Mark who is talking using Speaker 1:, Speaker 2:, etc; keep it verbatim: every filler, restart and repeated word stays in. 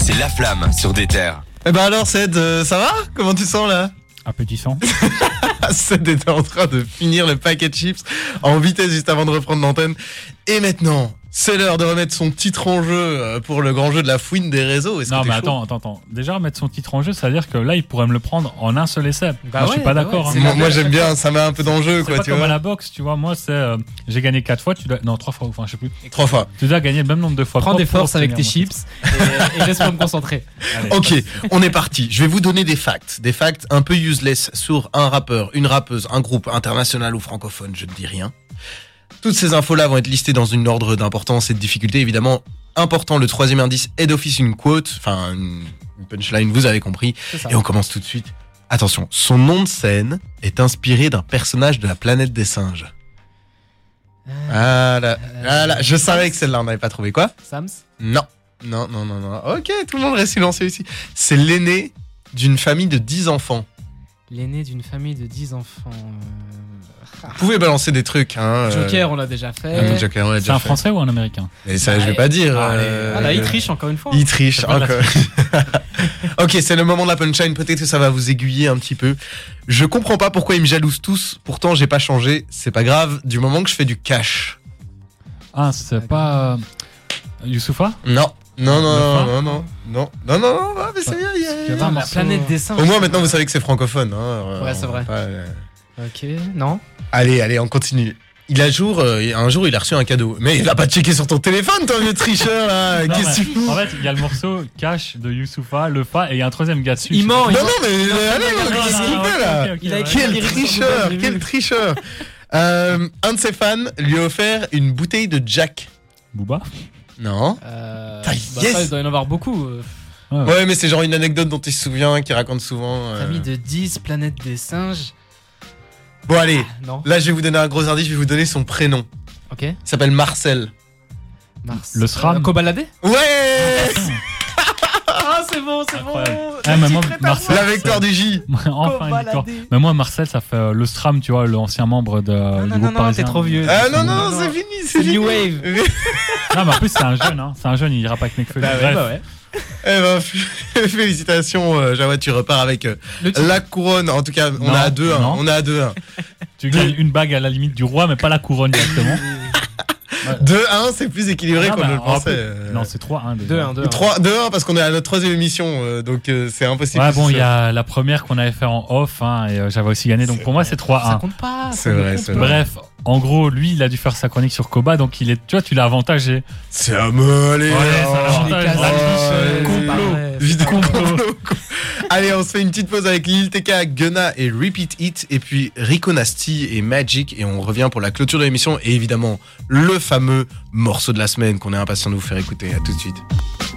Speaker 1: c'est La Flamme sur des terres.
Speaker 2: Eh ben alors Ced, euh, ça va ? Comment tu sens là ?
Speaker 3: Appétissant.
Speaker 2: Ced était en train de finir le paquet de chips en vitesse juste avant de reprendre l'antenne. Et maintenant, c'est l'heure de remettre son titre en jeu pour le grand jeu de la fouine des réseaux. Est-ce
Speaker 3: non,
Speaker 2: que
Speaker 3: mais
Speaker 2: t'es
Speaker 3: attends, attends, attends. Déjà, remettre son titre en jeu, ça veut dire que là, il pourrait me le prendre en un seul essai.
Speaker 4: Bah
Speaker 3: moi, je suis
Speaker 4: ouais,
Speaker 3: pas
Speaker 4: bah
Speaker 3: d'accord.
Speaker 4: ouais,
Speaker 3: hein.
Speaker 2: Moi, moi j'aime bien, ça met un peu d'enjeu,
Speaker 3: C'est
Speaker 2: quoi,
Speaker 3: pas
Speaker 2: tu
Speaker 3: comme
Speaker 2: vois.
Speaker 3: à la boxe, tu vois. Moi, c'est euh, j'ai gagné quatre fois, tu dois non trois fois, enfin je sais plus.
Speaker 2: Trois fois.
Speaker 3: Tu dois gagner le même nombre de fois.
Speaker 4: Prends
Speaker 3: Pour-
Speaker 4: des
Speaker 3: pour
Speaker 4: forces avec tes
Speaker 3: obtenir mon
Speaker 4: chips et, et laisse-moi me concentrer.
Speaker 3: titre. Allez.
Speaker 2: Ok, on est parti. Je vais vous donner des facts, des facts un peu useless sur un rappeur, une rappeuse, un groupe international ou francophone, je ne dis rien. Toutes ces infos-là vont être listées dans une ordre d'importance et de difficulté, évidemment. Important, le troisième indice est d'office une quote, enfin une une punchline, vous avez compris.
Speaker 4: C'est ça.
Speaker 2: Et on commence tout de suite. Attention, son nom de scène est inspiré d'un personnage de la planète des singes. Ah là, ah là, je savais que celle-là on n'avait pas trouvé quoi ?
Speaker 4: Sams.
Speaker 2: Non, non, non, non, non. Ok, tout le monde reste silencieux ici. C'est l'aîné d'une famille de dix enfants.
Speaker 4: L'aîné d'une famille de dix enfants.
Speaker 2: Vous pouvez balancer des trucs, hein. euh,
Speaker 4: Joker, on l'a déjà fait.
Speaker 2: euh, Joker, on l'a
Speaker 3: C'est
Speaker 2: déjà
Speaker 3: un
Speaker 2: fait.
Speaker 3: français ou un américain?
Speaker 2: Mais ça, je vais pas dire.
Speaker 3: Allez,
Speaker 2: euh,
Speaker 4: Ah là, il triche encore une fois.
Speaker 2: Il triche
Speaker 3: C'est pas de la
Speaker 2: encore. Ok, c'est le moment de la punchline. Peut-être que ça va vous aiguiller un petit peu. Je comprends pas pourquoi ils me jalousent tous. Pourtant, j'ai pas changé. C'est pas grave. Du moment que je fais du cash.
Speaker 3: Ah, c'est pas euh, Youssoupha?
Speaker 2: Non. Non, non,
Speaker 3: Le
Speaker 2: non,
Speaker 3: fin
Speaker 2: non, non, non, non, non, non, ah, mais c'est bien. il y a-
Speaker 3: Parce qu'il y avait un
Speaker 4: Putain, la
Speaker 3: morceau-
Speaker 4: planète des singes.
Speaker 2: Au moins, maintenant, vous savez que c'est francophone. Hein.
Speaker 4: Ouais, c'est vrai.
Speaker 2: Pas, euh,
Speaker 4: Ok, non.
Speaker 2: Allez, allez, on continue. Il a jour, euh, un jour, il a reçu un cadeau. Mais il va pas checker sur ton téléphone, toi, vieux tricheur, là.
Speaker 3: Non,
Speaker 2: Qu'est-ce que tu
Speaker 3: mais
Speaker 2: fous?
Speaker 3: en fait, il y a le morceau Cash de Youssoupha, le Fa, et il y a un troisième gars dessus.
Speaker 4: Il
Speaker 3: je sais
Speaker 4: ment,
Speaker 3: pas.
Speaker 4: il
Speaker 2: Non,
Speaker 4: ment.
Speaker 2: non, mais euh, allez,
Speaker 4: non, non,
Speaker 2: qu'est-ce
Speaker 4: non,
Speaker 2: qu'il
Speaker 3: non,
Speaker 2: fait,
Speaker 3: ok,
Speaker 2: là?
Speaker 3: ok, ok,
Speaker 4: Il a
Speaker 3: ouais.
Speaker 4: écrit-
Speaker 2: Quel
Speaker 4: Il est sur
Speaker 2: tricheur,
Speaker 4: Google, j'ai
Speaker 2: quel
Speaker 4: vu.
Speaker 2: tricheur. Euh, un de ses fans lui a offert une bouteille de Jack.
Speaker 3: Booba?
Speaker 2: Non.
Speaker 4: Euh,
Speaker 2: Ah,
Speaker 4: bah,
Speaker 2: yes.
Speaker 4: ça, il doit y en avoir beaucoup. euh,
Speaker 3: Ouais.
Speaker 2: Ouais, mais c'est genre une anecdote dont il se souvient, qu'il raconte souvent. euh.
Speaker 4: Famille de dix, planète des singes.
Speaker 2: Bon, allez,
Speaker 4: Non.
Speaker 2: là, je vais vous donner un gros indice, je vais vous donner son prénom.
Speaker 4: Ok.
Speaker 2: Il s'appelle Marcel.
Speaker 4: Mars.
Speaker 3: Le SRAM.
Speaker 4: Euh, Kobalade.
Speaker 2: Ouais.
Speaker 4: Ah, c'est bon, c'est bon.
Speaker 3: Incroyable. Ah, mais moi, Marcel,
Speaker 2: La victoire du J.
Speaker 3: enfin une victoire. Mais moi, Marcel, ça fait euh, le SRAM, tu vois, l'ancien membre de,
Speaker 4: Non,
Speaker 3: du
Speaker 4: non,
Speaker 3: groupe
Speaker 4: non, non,
Speaker 3: parisien.
Speaker 4: t'es trop vieux.
Speaker 2: Ah non, non,
Speaker 4: Non, non.
Speaker 2: c'est fini, c'est
Speaker 4: C'est
Speaker 2: fini.
Speaker 4: New Wave.
Speaker 3: Non, mais en plus, c'est un jeune, hein. C'est un jeune, il ira pas avec Nekfeu.
Speaker 4: Bah ouais,
Speaker 3: Bref.
Speaker 4: bah ouais.
Speaker 2: Eh ben, f- félicitations, euh, Jawad, tu repars avec euh,
Speaker 4: Le titre.
Speaker 2: la couronne. En tout cas, on
Speaker 3: Non,
Speaker 2: a à deux un.
Speaker 3: non.
Speaker 2: On a à deux un.
Speaker 3: Tu gagnes une bague à la limite du roi, mais pas la couronne directement.
Speaker 2: deux un, c'est plus équilibré
Speaker 3: Ah,
Speaker 2: qu'on
Speaker 3: bah,
Speaker 2: ne le
Speaker 3: en
Speaker 2: pensait.
Speaker 3: plus-
Speaker 2: euh.
Speaker 3: Non, c'est trois un. déjà.
Speaker 4: deux un, deux un.
Speaker 2: trois deux un parce qu'on est à notre troisième émission, euh, donc euh, c'est impossible.
Speaker 3: Ouais,
Speaker 2: que
Speaker 3: bon,
Speaker 2: ce
Speaker 3: il y
Speaker 2: soit-
Speaker 3: a la première qu'on avait fait en off, hein, et euh, j'avais aussi gagné, donc
Speaker 2: C'est
Speaker 3: pour moi, c'est trois
Speaker 4: Ça
Speaker 3: un.
Speaker 4: compte pas.
Speaker 2: C'est
Speaker 4: ça ne
Speaker 2: vrai,
Speaker 4: compte
Speaker 2: c'est
Speaker 4: pas.
Speaker 2: vrai.
Speaker 3: Bref, en gros, lui, il a dû faire sa chronique sur Koba, donc il est, tu vois, tu l'as avantagé.
Speaker 2: C'est à me aller.
Speaker 3: Ouais,
Speaker 2: oh.
Speaker 3: ça
Speaker 4: Je l'ai
Speaker 3: l'avantage.
Speaker 4: casé.
Speaker 2: Oh,
Speaker 4: Euh,
Speaker 3: complot.
Speaker 4: c'est pas vrai.
Speaker 2: Vite,
Speaker 3: Complot.
Speaker 2: complot. Allez, on se fait une petite pause avec Lil T K, Gunna et Repeat It, et puis Rico Nasty et Magic, et on revient pour la clôture de l'émission, et évidemment, le fameux morceau de la semaine qu'on est impatient de vous faire écouter. À tout de suite.